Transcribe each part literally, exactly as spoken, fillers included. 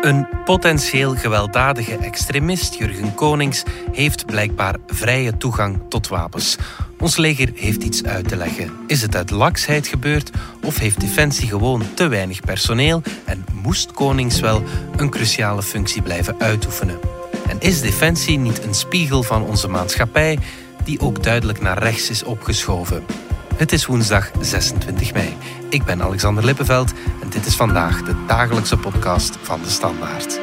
Een potentieel gewelddadige extremist, Jurgen Konings, heeft blijkbaar vrije toegang tot wapens. Ons leger heeft iets uit te leggen. Is het uit laksheid gebeurd of heeft Defensie gewoon te weinig personeel en moest Konings wel een cruciale functie blijven uitoefenen? En is Defensie niet een spiegel van onze maatschappij die ook duidelijk naar rechts is opgeschoven? Het is woensdag zesentwintig mei. Ik ben Alexander Lippenveld en dit is vandaag de dagelijkse podcast van De Standaard.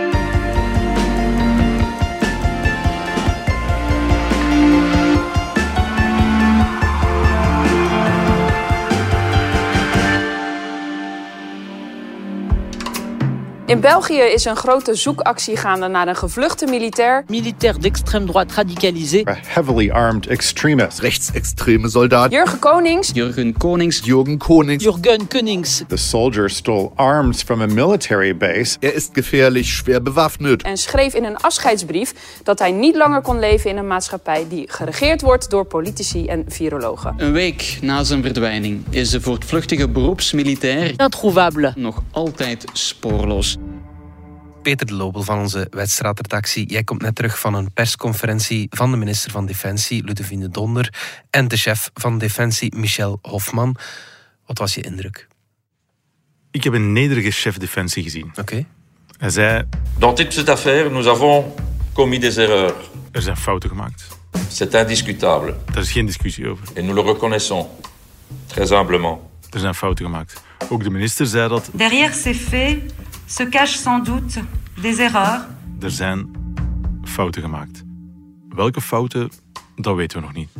In België is een grote zoekactie gaande naar een gevluchte militair. Militair d'extrême droite radicalisé. A heavily armed extremist. Rechtsextreme soldaat. Jurgen Konings. Jurgen Konings. Jürgen Konings. Jurgen Konings. The soldier stole arms from a military base. Er is gefährlich schwer bewaffnet. En schreef in een afscheidsbrief dat hij niet langer kon leven in een maatschappij die geregeerd wordt door politici en virologen. Een week na zijn verdwijning is de voortvluchtige beroepsmilitair Introuvable. nog altijd spoorloos. Peter de Lobel van onze wedstrijdredactie. Jij komt net terug van een persconferentie van de minister van Defensie, Ludovine de Donder, en de chef van Defensie, Michel Hofman. Wat was je indruk? Ik heb een nederige chef Defensie gezien. Oké. Okay. Hij zei... Dans toute cette affaire, nous avons commis des erreurs. Er zijn fouten gemaakt. C'est indiscutable. Daar is geen discussie over. Et nous le reconnaissons, très humblement. Er zijn fouten gemaakt. Ook de minister zei dat... Derrière ces faits se cachent sans doute des erreurs. Er zijn fouten gemaakt. Welke fouten, dat weten we nog niet.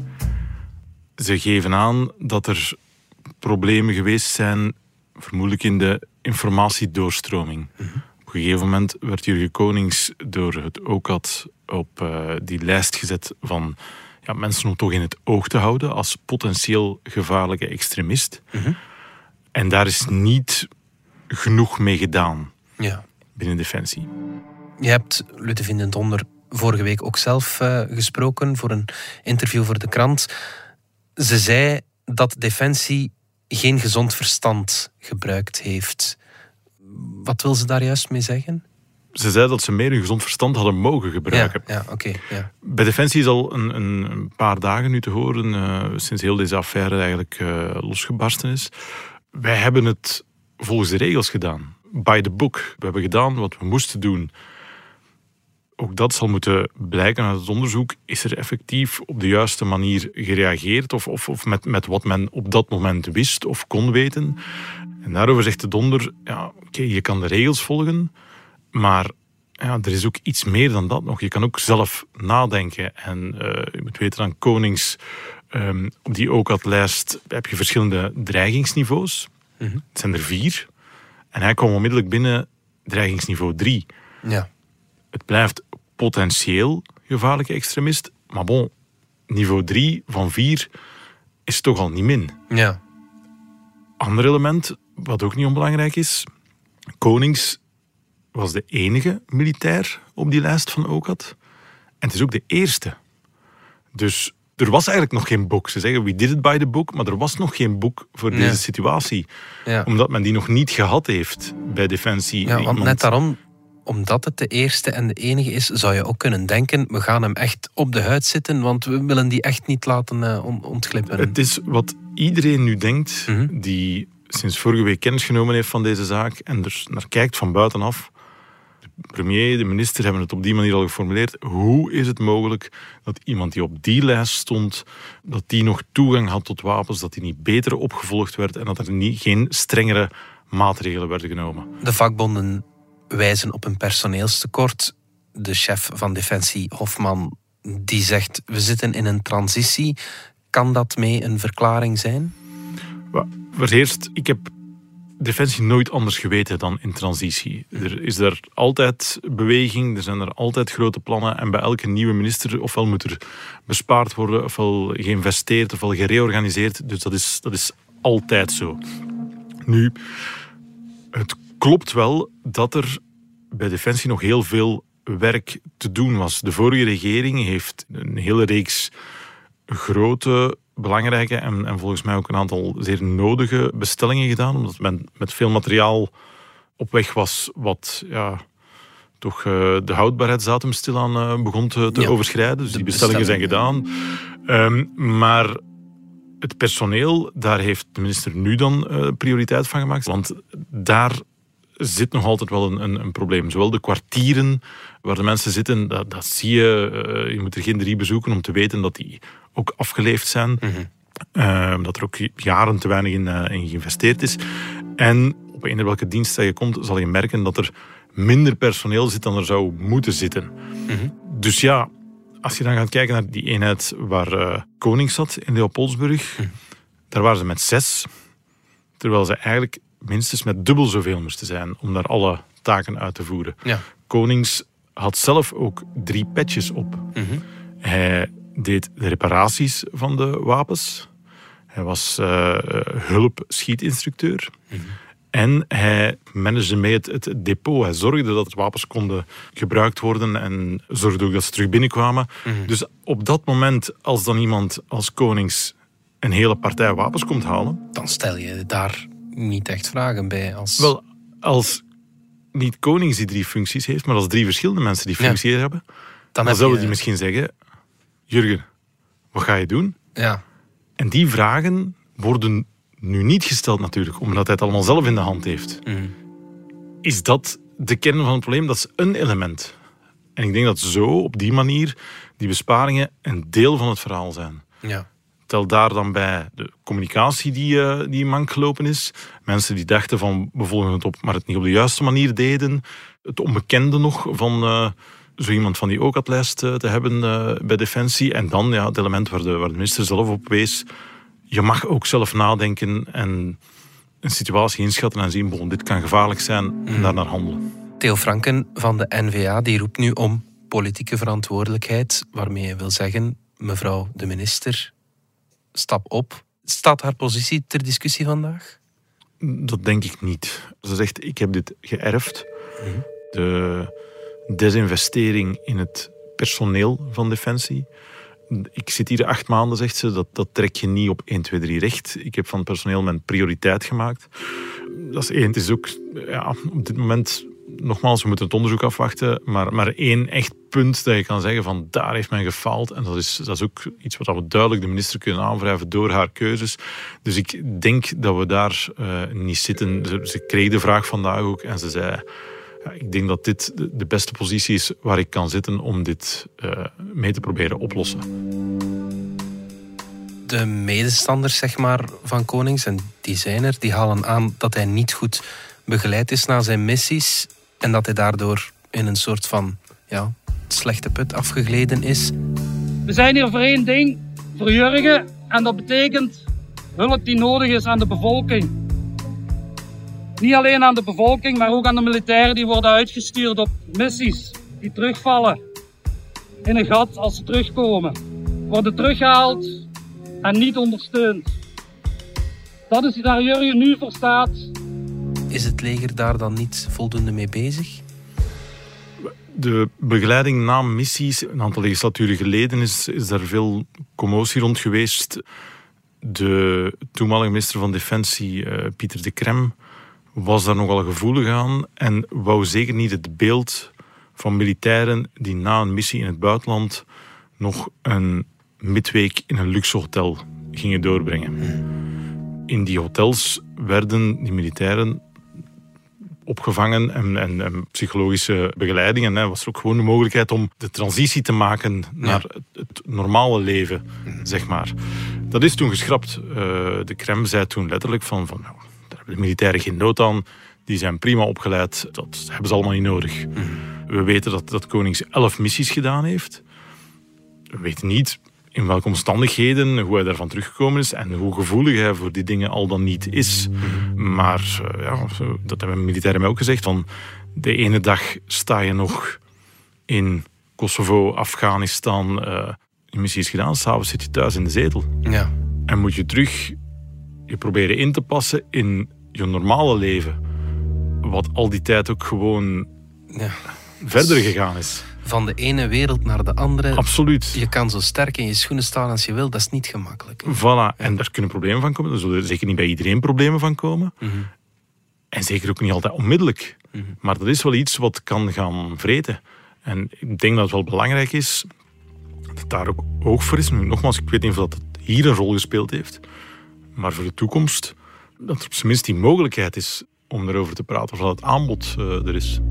Ze geven aan dat er problemen geweest zijn, vermoedelijk in de informatiedoorstroming. Mm-hmm. Op een gegeven moment werd Jurgen Konings door het O C A D op uh, die lijst gezet van ja, mensen om toch in het oog te houden als potentieel gevaarlijke extremist. Mm-hmm. En daar is niet genoeg mee gedaan. Ja. Binnen Defensie. Je hebt Ludovine de Donder vorige week ook zelf uh, gesproken voor een interview voor de krant. Ze zei dat Defensie geen gezond verstand gebruikt heeft. Wat wil ze daar juist mee zeggen? Ze zei dat ze meer een gezond verstand hadden mogen gebruiken. Ja, ja, okay, ja. Bij Defensie is al een, een, een paar dagen nu te horen, uh, sinds heel deze affaire eigenlijk uh, losgebarsten is. Wij hebben het volgens de regels gedaan. By the book. We hebben gedaan wat we moesten doen. Ook dat zal moeten blijken uit het onderzoek. Is er effectief op de juiste manier gereageerd? Of, of, of met, met wat men op dat moment wist of kon weten? En daarover zegt de Donder, ja, oké, okay, je kan de regels volgen, maar ja, er is ook iets meer dan dat nog. Je kan ook zelf nadenken. En uh, je moet weten, aan Konings, um, op die O C A D-lijst heb je verschillende dreigingsniveaus. Mm-hmm. Het zijn er vier. En hij kwam onmiddellijk binnen dreigingsniveau drie. Ja. Het blijft potentieel gevaarlijke extremist. Maar bon, niveau drie van vier is toch al niet min. Ja. Ander element, wat ook niet onbelangrijk is. Konings was de enige militair op die lijst van O C A D. En het is ook de eerste. Dus er was eigenlijk nog geen boek. Ze zeggen, we did it by the book, maar er was nog geen boek voor deze ja. situatie. Ja. Omdat men die nog niet gehad heeft bij Defensie. Ja, want Iemand... net daarom, omdat het de eerste en de enige is, zou je ook kunnen denken, we gaan hem echt op de huid zitten, want we willen die echt niet laten uh, ontglippen. Het is wat iedereen nu denkt, mm-hmm. die sinds vorige week kennis genomen heeft van deze zaak en er naar kijkt van buitenaf. De premier, de minister hebben het op die manier al geformuleerd. Hoe is het mogelijk dat iemand die op die lijst stond, dat die nog toegang had tot wapens, dat die niet beter opgevolgd werd en dat er niet, geen strengere maatregelen werden genomen? De vakbonden wijzen op een personeelstekort. De chef van Defensie, Hofman, die zegt, we zitten in een transitie. Kan dat mee een verklaring zijn? Voor eerst, ik heb Defensie nooit anders geweten dan in transitie. Er is er altijd beweging, er zijn er altijd grote plannen en bij elke nieuwe minister ofwel moet er bespaard worden, ofwel geïnvesteerd, ofwel gereorganiseerd. Dus dat is, dat is altijd zo. Nu, het klopt wel dat er bij Defensie nog heel veel werk te doen was. De vorige regering heeft een hele reeks grote, belangrijke en, en volgens mij ook een aantal zeer nodige bestellingen gedaan, omdat men met veel materiaal op weg was wat ja, toch uh, de houdbaarheidsdatum stilaan uh, begon te, te ja, overschrijden. Dus die bestellingen zijn gedaan. Um, maar het personeel, daar heeft de minister nu dan uh, prioriteit van gemaakt. Want daar zit nog altijd wel een, een, een probleem. Zowel de kwartieren waar de mensen zitten, dat, dat zie je. Uh, je moet er geen drie bezoeken om te weten dat die ook afgeleefd zijn. Mm-hmm. Uh, dat er ook jaren te weinig in, uh, in geïnvesteerd is. En op eender welke dienst dat je komt, zal je merken dat er minder personeel zit dan er zou moeten zitten. Mm-hmm. Dus ja, als je dan gaat kijken naar die eenheid waar uh, Konings zat in Leopoldsburg, mm. daar waren ze met zes, terwijl ze eigenlijk minstens met dubbel zoveel moesten zijn om daar alle taken uit te voeren. Ja. Konings had zelf ook drie petjes op. Mm-hmm. Hij deed de reparaties van de wapens. Hij was uh, hulpschietinstructeur. Mm-hmm. En hij managde mee het, het depot. Hij zorgde dat de wapens konden gebruikt worden en zorgde ook dat ze terug binnenkwamen. Mm-hmm. Dus op dat moment, als dan iemand als Konings een hele partij wapens komt halen, dan stel je daar niet echt vragen bij. Als... Wel, als niet Konings die drie functies heeft, maar als drie verschillende mensen die functies ja. hebben, dan, dan zouden je... die misschien zeggen, Jurgen, wat ga je doen? Ja. En die vragen worden nu niet gesteld natuurlijk, omdat hij het allemaal zelf in de hand heeft. Mm. Is dat de kern van het probleem? Dat is een element. En ik denk dat zo, op die manier, die besparingen een deel van het verhaal zijn. Ja. Tel daar dan bij de communicatie die, uh, die mank gelopen is. Mensen die dachten van, we volgen het op, maar het niet op de juiste manier deden. Het onbekende nog van uh, zo iemand van die O C A D-lijst uh, te hebben uh, bij Defensie. En dan ja, het element waar de, waar de minister zelf op wees. Je mag ook zelf nadenken en een situatie inschatten en zien, bon, dit kan gevaarlijk zijn mm. en daarnaar handelen. Theo Franken van de N V A die roept nu om politieke verantwoordelijkheid, waarmee hij wil zeggen, mevrouw de minister, stap op. Staat haar positie ter discussie vandaag? Dat denk ik niet. Ze zegt, ik heb dit geërfd. Mm. De desinvestering in het personeel van Defensie. Ik zit hier acht maanden, zegt ze, dat, dat trek je niet op één, twee, drie recht. Ik heb van het personeel mijn prioriteit gemaakt. Dat is één. Het is ook, ja, op dit moment, nogmaals, we moeten het onderzoek afwachten, maar, maar één echt punt dat je kan zeggen van, daar heeft men gefaald. En dat is, dat is ook iets wat we duidelijk de minister kunnen aanwrijven door haar keuzes. Dus ik denk dat we daar uh, niet zitten. Ze, ze kreeg de vraag vandaag ook en ze zei, ja, ik denk dat dit de beste positie is waar ik kan zitten om dit uh, mee te proberen oplossen. De medestanders zeg maar, van Konings, en die zijn er, die halen aan dat hij niet goed begeleid is na zijn missies en dat hij daardoor in een soort van ja, slechte put afgegleden is. We zijn hier voor één ding, voor Jurgen, en dat betekent hulp die nodig is aan de bevolking. Niet alleen aan de bevolking, maar ook aan de militairen die worden uitgestuurd op missies. Die terugvallen in een gat als ze terugkomen. Worden teruggehaald en niet ondersteund. Dat is waar Jurgen nu voor staat. Is het leger daar dan niet voldoende mee bezig? De begeleiding na missies, een aantal legislaturen geleden, is, is daar veel commotie rond geweest. De toenmalige minister van Defensie, uh, Pieter de Krem, was daar nogal gevoelig aan en wou zeker niet het beeld van militairen die na een missie in het buitenland nog een midweek in een luxe hotel gingen doorbrengen. In die hotels werden die militairen opgevangen en, en, en psychologische begeleiding. En er was ook gewoon de mogelijkheid om de transitie te maken naar het, het normale leven, zeg maar. Dat is toen geschrapt. Uh, de Krem zei toen letterlijk van, van nou, daar hebben de militairen geen nood aan. Die zijn prima opgeleid. Dat hebben ze allemaal niet nodig. Mm. We weten dat, dat Konings elf missies gedaan heeft. We weten niet in welke omstandigheden, hoe hij daarvan teruggekomen is en hoe gevoelig hij voor die dingen al dan niet is. Mm. Maar uh, ja, dat hebben militairen mij ook gezegd. Van de ene dag sta je nog in Kosovo, Afghanistan. Uh, die missie is gedaan, s'avonds zit je thuis in de zetel. Ja. En moet je terug je proberen in te passen in je normale leven. Wat al die tijd ook gewoon ja. verder gegaan is. Van de ene wereld naar de andere. Absoluut. Je kan zo sterk in je schoenen staan als je wil. Dat is niet gemakkelijk. Voilà. En daar kunnen problemen van komen. Er zullen zeker niet bij iedereen problemen van komen. Mm-hmm. En zeker ook niet altijd onmiddellijk. Mm-hmm. Maar dat is wel iets wat kan gaan vreten. En ik denk dat het wel belangrijk is dat het daar ook oog voor is. Nu, nogmaals, ik weet niet of dat het hier een rol gespeeld heeft. Maar voor de toekomst, dat er op zijn minst die mogelijkheid is om erover te praten. Of dat het aanbod uh, er is.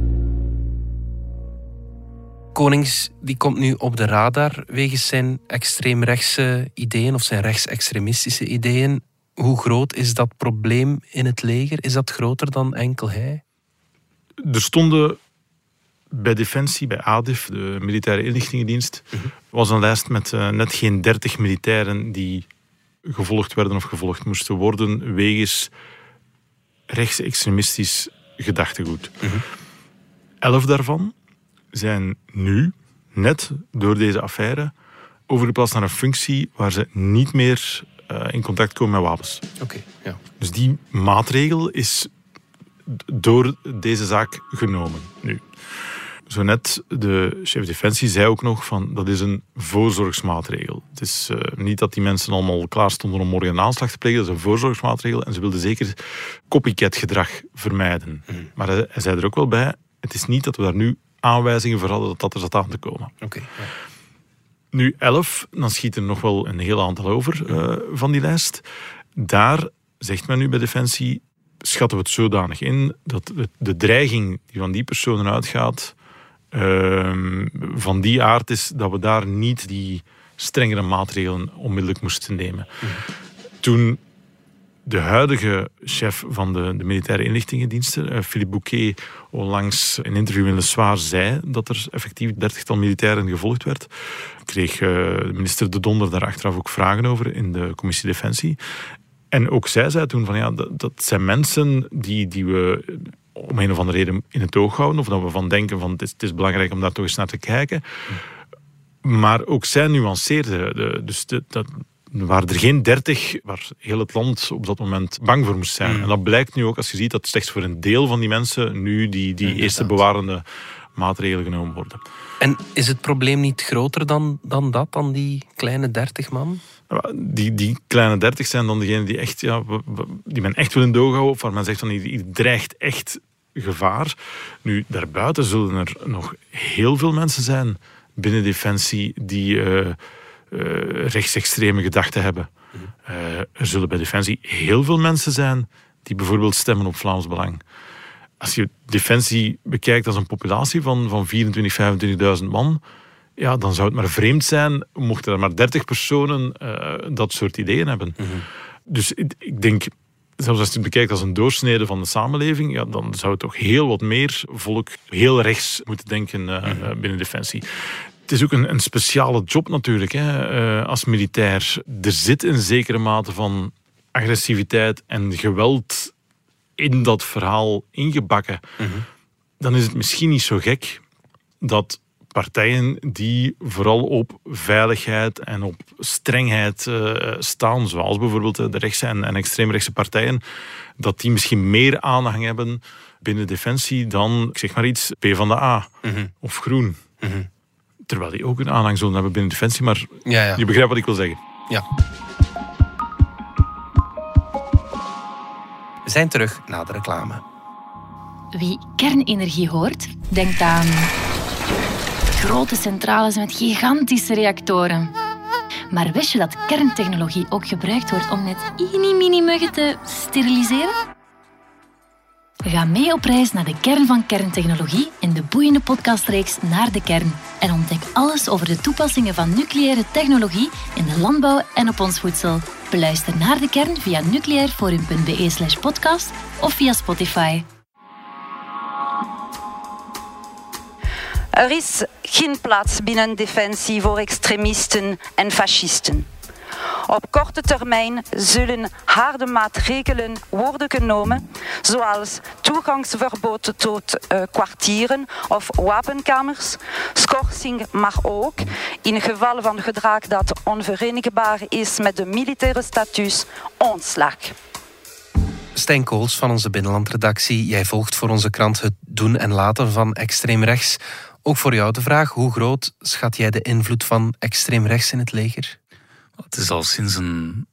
Konings die komt nu op de radar wegens zijn extreemrechtse ideeën of zijn rechtsextremistische ideeën. Hoe groot is dat probleem in het leger? Is dat groter dan enkel hij? Er stonden bij Defensie, bij A D I F, de Militaire Inlichtingendienst, mm-hmm. was een lijst met uh, net geen dertig militairen die gevolgd werden of gevolgd moesten worden wegens rechtsextremistisch gedachtegoed. Mm-hmm. Elf daarvan zijn nu, net door deze affaire, overgeplaatst naar een functie waar ze niet meer uh, in contact komen met wapens. Okay, ja. Dus die maatregel is door deze zaak genomen nu. Zo net, de chef Defensie zei ook nog van dat is een voorzorgsmaatregel. Het is uh, niet dat die mensen allemaal klaar stonden om morgen een aanslag te plegen. Dat is een voorzorgsmaatregel en ze wilden zeker copycat gedrag vermijden. Mm. Maar hij, hij zei er ook wel bij, het is niet dat we daar nu aanwijzingen voor hadden dat dat er zat aan te komen. Okay, ja. Nu elf, dan schiet er nog wel een heel aantal over uh, van die lijst. Daar zegt men nu bij Defensie, schatten we het zodanig in dat de dreiging die van die personen uitgaat uh, van die aard is dat we daar niet die strengere maatregelen onmiddellijk moesten nemen. Mm. Toen de huidige chef van de, de militaire inlichtingendiensten, uh, Philippe Bouquet, onlangs in een interview in Le Soir zei dat er effectief dertigtal militairen gevolgd werd, kreeg uh, de minister De Donder daar achteraf ook vragen over in de commissie Defensie. En ook zij zei toen van ja, dat, dat zijn mensen die, die we om een of andere reden in het oog houden, of dat we van denken van het is, het is belangrijk om daar toch eens naar te kijken. Maar ook zij nuanceerde. De, dus de, dat er waren er geen dertig waar heel het land op dat moment bang voor moest zijn. Mm. En dat blijkt nu ook als je ziet dat slechts voor een deel van die mensen nu die, die ja, eerste bewarende maatregelen genomen worden. En is het probleem niet groter dan, dan dat, dan die kleine dertig man? Die, die kleine dertig zijn dan degenen die, echt, ja, die men echt wil in de oog houden, of waar men zegt van die dreigt echt gevaar. Nu, daarbuiten zullen er nog heel veel mensen zijn binnen Defensie die uh, uh, rechtsextreme gedachten hebben. Uh, er zullen bij Defensie heel veel mensen zijn die bijvoorbeeld stemmen op Vlaams Belang. Als je Defensie bekijkt als een populatie van, van vierentwintig, vijfentwintigduizend man, ja, dan zou het maar vreemd zijn mochten er maar dertig personen uh, dat soort ideeën hebben. Mm-hmm. Dus ik, ik denk, zelfs als je het bekijkt als een doorsnede van de samenleving, ja, dan zou het toch heel wat meer volk heel rechts moeten denken uh, mm-hmm. binnen Defensie. Het is ook een, een speciale job natuurlijk, hè, uh, als militair. Er zit een zekere mate van agressiviteit en geweld in dat verhaal ingebakken. Mm-hmm. Dan is het misschien niet zo gek dat partijen die vooral op veiligheid en op strengheid uh, staan, zoals bijvoorbeeld de rechtse en, en extreemrechtse partijen, dat die misschien meer aanhang hebben binnen Defensie dan, ik zeg maar iets, PvdA mm-hmm. of Groen. Mm-hmm. Terwijl die ook een aanhang zullen hebben binnen Defensie, maar ja, ja. je begrijpt wat ik wil zeggen. Ja. We zijn terug na de reclame. Wie kernenergie hoort, denkt aan grote centrales met gigantische reactoren. Maar wist je dat kerntechnologie ook gebruikt wordt om net mini-mini muggen te steriliseren? Ga mee op reis naar de kern van kerntechnologie in de boeiende podcastreeks Naar de Kern. En ontdek alles over de toepassingen van nucleaire technologie in de landbouw en op ons voedsel. Beluister Naar de Kern via nucleairforum.be slash podcast of via Spotify. Er is geen plaats binnen Defensie voor extremisten en fascisten. Op korte termijn zullen harde maatregelen worden genomen, zoals toegangsverbod tot uh, kwartieren of wapenkamers, schorsing, maar ook, in geval van gedrag dat onverenigbaar is met de militaire status, ontslag. Stijn Kools van onze binnenlandredactie, jij volgt voor onze krant het doen en laten van extreem rechts. Ook voor jou de vraag, hoe groot schat jij de invloed van extreem rechts in het leger? Het is al sinds een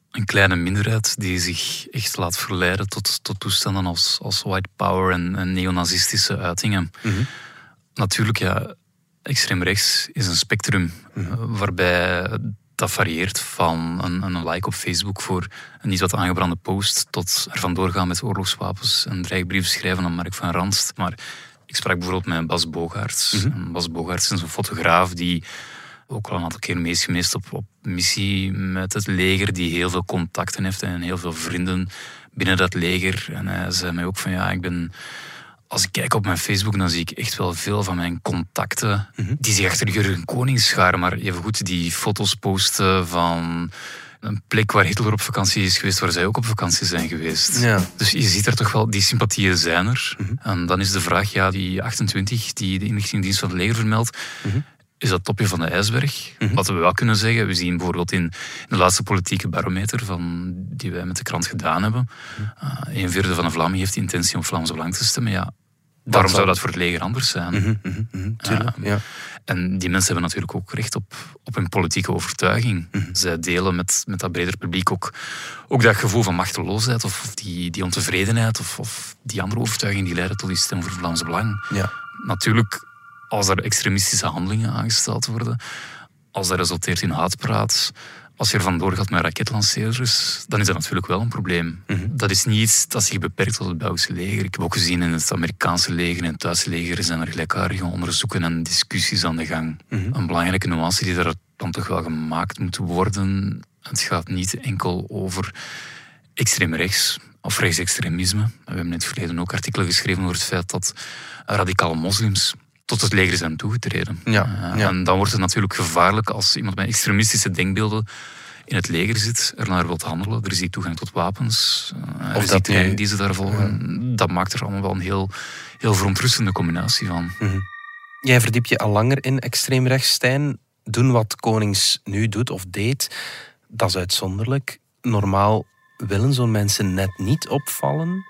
een kleine minderheid die zich echt laat verleiden tot, tot toestanden als, als white power en, en neonazistische uitingen. Mm-hmm. Natuurlijk, ja, extreem rechts is een spectrum mm-hmm. waarbij dat varieert van een, een like op Facebook voor een niet wat aangebrande post tot er vandoor gaan met oorlogswapens en dreigbrieven schrijven aan Mark van Ranst. Maar ik sprak bijvoorbeeld met Bas Bogaerts. Mm-hmm. Bas Bogaerts is een fotograaf die ook al een aantal keer mee is geweest op, op missie met het leger, die heel veel contacten heeft en heel veel vrienden binnen dat leger. En hij zei mij ook van ja, ik ben... Als ik kijk op mijn Facebook, dan zie ik echt wel veel van mijn contacten mm-hmm. die zich achter Jurgen Konings scharen, maar even goed die foto's posten van een plek waar Hitler op vakantie is geweest, waar zij ook op vakantie zijn geweest. Ja. Dus je ziet er toch wel, die sympathieën zijn er. Mm-hmm. En dan is de vraag, ja, die achtentwintig, die de inlichtingendienst van het leger vermeldt, mm-hmm. is dat topje van de ijsberg? Mm-hmm. Wat we wel kunnen zeggen, we zien bijvoorbeeld in de laatste politieke barometer van, die wij met de krant gedaan hebben, uh, een vierde van de Vlamingen heeft de intentie om Vlaams Belang te stemmen. Ja, waarom zou dat voor het leger anders zijn? Mm-hmm, mm-hmm, tuurlijk, uh, ja. En die mensen hebben natuurlijk ook recht op, op hun politieke overtuiging. Mm-hmm. Zij delen met, met dat breder publiek ook, ook dat gevoel van machteloosheid of, of die, die ontevredenheid of, of die andere overtuiging die leiden tot die stem voor Vlaams Belang. Ja. Natuurlijk, als er extremistische handelingen aangesteld worden, als dat resulteert in haatpraat, als je er vandoor gaat met raketlanceerders, dan is dat natuurlijk wel een probleem. Mm-hmm. Dat is niet iets dat zich beperkt tot het Belgische leger. Ik heb ook gezien in het Amerikaanse leger en het Duitse leger zijn er gelijkaardige onderzoeken en discussies aan de gang. Mm-hmm. Een belangrijke nuance die daar dan toch wel gemaakt moet worden. Het gaat niet enkel over extreem rechts of rechtsextremisme. We hebben in het verleden ook artikelen geschreven over het feit dat radicale moslims tot het leger zijn toegetreden. Ja, ja. En dan wordt het natuurlijk gevaarlijk als iemand met extremistische denkbeelden in het leger zit, ernaar wilt handelen. Er is die toegang tot wapens, er of is die training die ze daar volgen. Ja. Dat maakt er allemaal wel een heel, heel verontrustende combinatie van. Mm-hmm. Jij verdiep je al langer in extreem rechts, Stijn. Doen wat Konings nu doet of deed, dat is uitzonderlijk. Normaal willen zo'n mensen net niet opvallen.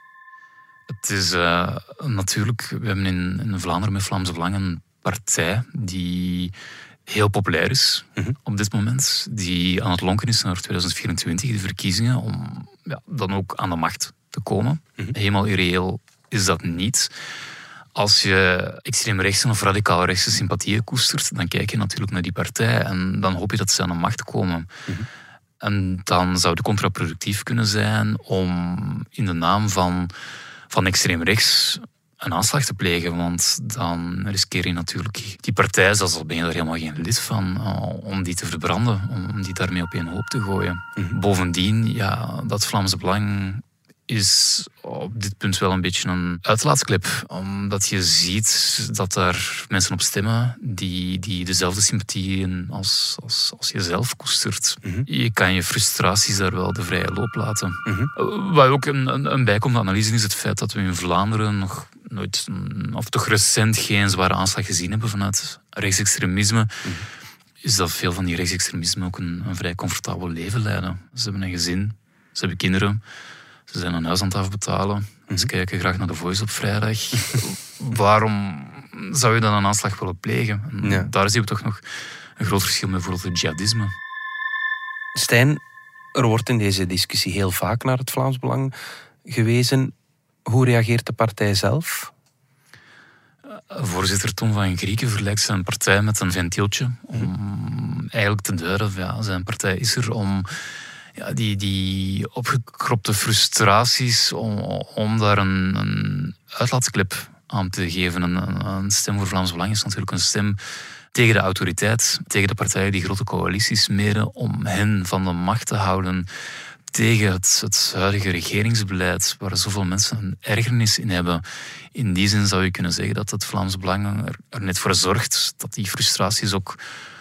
Het is uh, natuurlijk, we hebben in, in Vlaanderen met Vlaams Belang een partij die heel populair is mm-hmm. op dit moment. Die aan het lonken is naar tweeduizend vierentwintig, de verkiezingen, om ja, dan ook aan de macht te komen. Mm-hmm. Helemaal irreëel is dat niet. Als je extreemrechtse of radicaal-rechtse sympathieën koestert, dan kijk je natuurlijk naar die partij en dan hoop je dat ze aan de macht komen. Mm-hmm. En dan zou het contraproductief kunnen zijn om in de naam van van extreem rechts een aanslag te plegen, want dan riskeer je natuurlijk die partij, zelfs al ben je daar helemaal geen lid van, om die te verbranden, om die daarmee op één hoop te gooien. Mm-hmm. Bovendien, ja, dat Vlaams Belang is op dit punt wel een beetje een uitlaatsklep, omdat je ziet dat daar mensen op stemmen die, die dezelfde sympathieën als, als, als jezelf koestert. Mm-hmm. Je kan je frustraties daar wel de vrije loop laten. Mm-hmm. Wat ook een, een, een bijkomende analyse is het feit dat we in Vlaanderen nog nooit, of toch recent, geen zware aanslag gezien hebben vanuit rechtsextremisme. Mm-hmm. Is dat veel van die rechtsextremisme ook een, een vrij comfortabel leven leiden. Ze hebben een gezin, ze hebben kinderen. Ze zijn een huis aan het afbetalen. Mm-hmm. Ze kijken graag naar de Voice op vrijdag. Waarom zou je dan een aanslag willen plegen? Ja. Daar zien we toch nog een groot verschil met bijvoorbeeld het jihadisme. Stijn, er wordt in deze discussie heel vaak naar het Vlaams Belang gewezen. Hoe reageert de partij zelf? Voorzitter Tom van Grieken vergelijkt zijn partij met een ventieltje. Om eigenlijk te duiden, ja, zijn partij is er om ja, die, die opgekropte frustraties, om, om daar een, een uitlaatsklep aan te geven. Een, een stem voor Vlaams Belang is natuurlijk een stem tegen de autoriteit, tegen de partijen die grote coalities smeren, om hen van de macht te houden, tegen het, het huidige regeringsbeleid, waar zoveel mensen een ergernis in hebben. In die zin zou je kunnen zeggen dat het Vlaams Belang er, er net voor zorgt dat die frustraties ook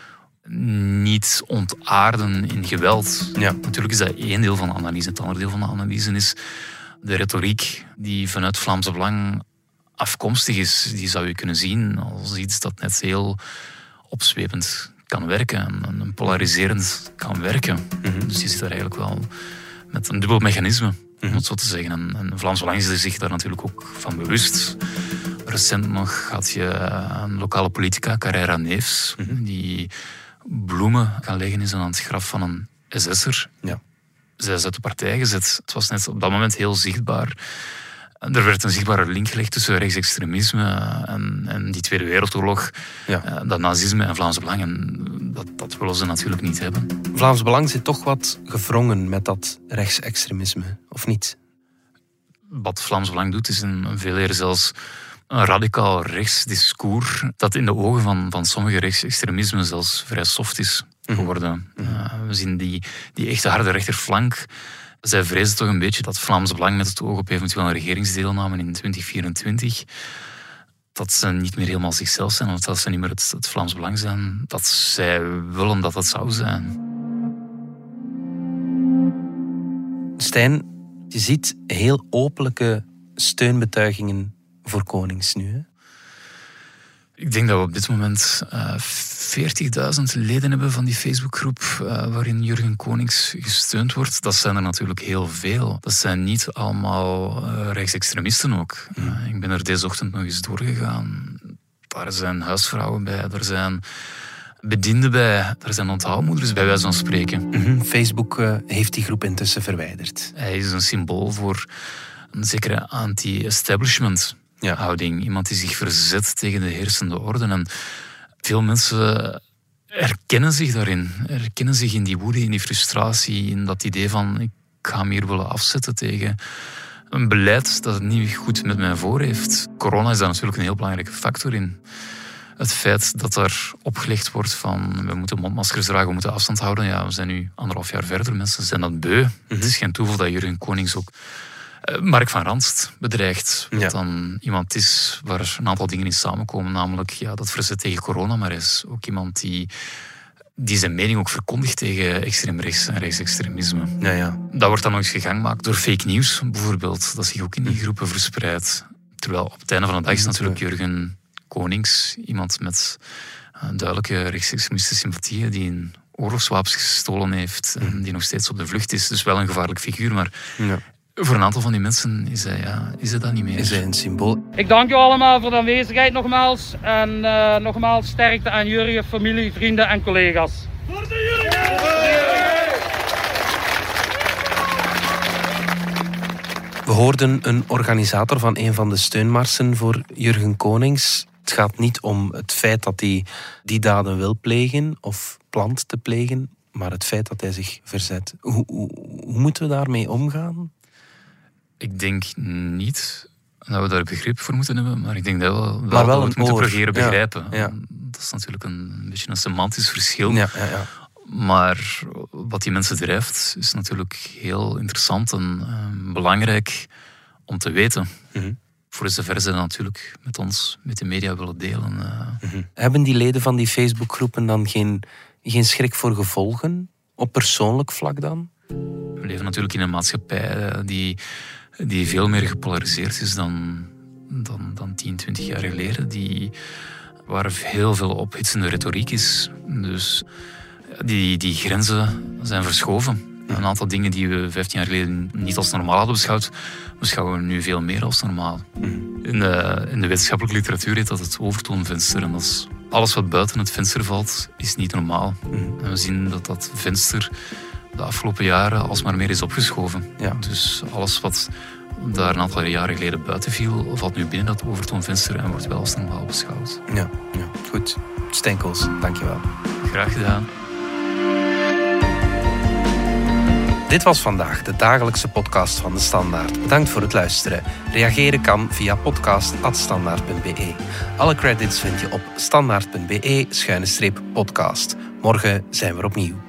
niet ontaarden in geweld. Ja. Natuurlijk is dat één deel van de analyse. Het andere deel van de analyse is de retoriek die vanuit Vlaams Belang afkomstig is. Die zou je kunnen zien als iets dat net heel opzwepend kan werken en polariserend kan werken. Mm-hmm. Dus je zit daar eigenlijk wel met een dubbel mechanisme, mm-hmm. om het zo te zeggen. En, en Vlaams Belang is zich daar natuurlijk ook van bewust. Recent nog had je een lokale politica, Carrera Neefs, mm-hmm. die bloemen gaan leggen is aan het graf van een S S'er. Ja. zij is uit de partij gezet. Het was net op dat moment heel zichtbaar. Er werd een zichtbare link gelegd tussen rechtsextremisme en, en die Tweede Wereldoorlog, ja. dat nazisme en Vlaams Belang. En dat, dat willen ze natuurlijk niet hebben. Vlaams Belang zit toch wat gewrongen met dat rechtsextremisme, of niet? Wat Vlaams Belang doet, is een, veel eerder zelfs een radicaal rechtsdiscours dat in de ogen van, van sommige rechtsextremisme zelfs vrij soft is geworden. Mm-hmm. Uh, we zien die, die echte harde rechterflank. Zij vrezen toch een beetje dat Vlaams Belang met het oog op eventueel een regeringsdeelname in twintig vierentwintig, dat ze niet meer helemaal zichzelf zijn, of dat ze niet meer het, het Vlaams Belang zijn, dat zij willen dat het zou zijn. Stijn, je ziet heel openlijke steunbetuigingen voor Konings nu, hè? Ik denk dat we op dit moment uh, veertigduizend leden hebben van die Facebookgroep uh, waarin Jurgen Konings gesteund wordt. Dat zijn er natuurlijk heel veel. Dat zijn niet allemaal uh, rechtsextremisten ook. Mm. Uh, ik ben er deze ochtend nog eens doorgegaan. Daar zijn huisvrouwen bij, er zijn bedienden bij, er zijn onthaalmoeders bij wijze van spreken. Mm-hmm. Facebook uh, heeft die groep intussen verwijderd. Hij is een symbool voor een zekere anti-establishment. Ja. Houding. Iemand die zich verzet tegen de heersende orde. En veel mensen herkennen zich daarin. Herkennen zich in die woede, in die frustratie, in dat idee van ik ga me hier willen afzetten tegen een beleid dat het niet goed met mij voor heeft. Corona is daar natuurlijk een heel belangrijke factor in. Het feit dat er opgelegd wordt van we moeten mondmaskers dragen, we moeten afstand houden. Ja, we zijn nu anderhalf jaar verder. Mensen zijn dat beu. Mm-hmm. Het is geen toeval dat Jurgen Konings ook Mark van Ranst bedreigt. Wat ja. dan iemand is waar een aantal dingen in samenkomen. Namelijk ja, dat verzet tegen corona. Maar hij is ook iemand die, die zijn mening ook verkondigt tegen extreem rechts en rechtsextremisme. Ja, ja. Dat wordt dan nog eens gegangmaakt door fake news bijvoorbeeld. Dat zich ook in die groepen verspreidt. Terwijl op het einde van de dag is natuurlijk Jurgen Konings iemand met duidelijke rechtsextremistische sympathieën die een oorlogswapens gestolen heeft en die nog steeds op de vlucht is. Dus wel een gevaarlijk figuur, maar ja. voor een aantal van die mensen is hij, ja, is hij dat niet meer. Is hij een symbool? Ik dank u allemaal voor de aanwezigheid nogmaals. En uh, nogmaals sterkte aan Jurgen, familie, vrienden en collega's. Voor de Jurgen! We hoorden een organisator van een van de steunmarsen voor Jurgen Konings. Het gaat niet om het feit dat hij die daden wil plegen of plant te plegen, maar het feit dat hij zich verzet. Hoe, hoe, hoe moeten we daarmee omgaan? Ik denk niet dat we daar begrip voor moeten hebben, maar ik denk dat we wel, wel, wel dat we het moeten oor. proberen begrijpen. Ja, ja. Dat is natuurlijk een, een beetje een semantisch verschil. Ja, ja, ja. Maar wat die mensen drijft, is natuurlijk heel interessant en uh, belangrijk om te weten. Mm-hmm. Voor zover ze dat natuurlijk met ons, met de media willen delen. Uh. Mm-hmm. Hebben die leden van die Facebookgroepen dan geen, geen schrik voor gevolgen? Op persoonlijk vlak dan? We leven natuurlijk in een maatschappij die, die veel meer gepolariseerd is dan, dan, dan tien, twintig jaar geleden. Die, waar heel veel ophitsende retoriek is. Dus die, die grenzen zijn verschoven. Een aantal dingen die we vijftien jaar geleden niet als normaal hadden beschouwd, beschouwen we nu veel meer als normaal. In de, in de wetenschappelijke literatuur heet dat het overtoonvenster. En dat is alles wat buiten het venster valt, is niet normaal. En we zien dat dat venster de afgelopen jaren alsmaar meer is opgeschoven. Ja. Dus alles wat daar een aantal jaren geleden buiten viel, valt nu binnen dat overtoonvenster en wordt wel als normaal beschouwd. Ja, ja. Goed. Stenkels, dankjewel. Graag gedaan. Dit was vandaag de dagelijkse podcast van De Standaard. Bedankt voor het luisteren. Reageren kan via podcast at standaard punt b e. Alle credits vind je op standaard punt b e schuine streep podcast. Morgen zijn we er opnieuw.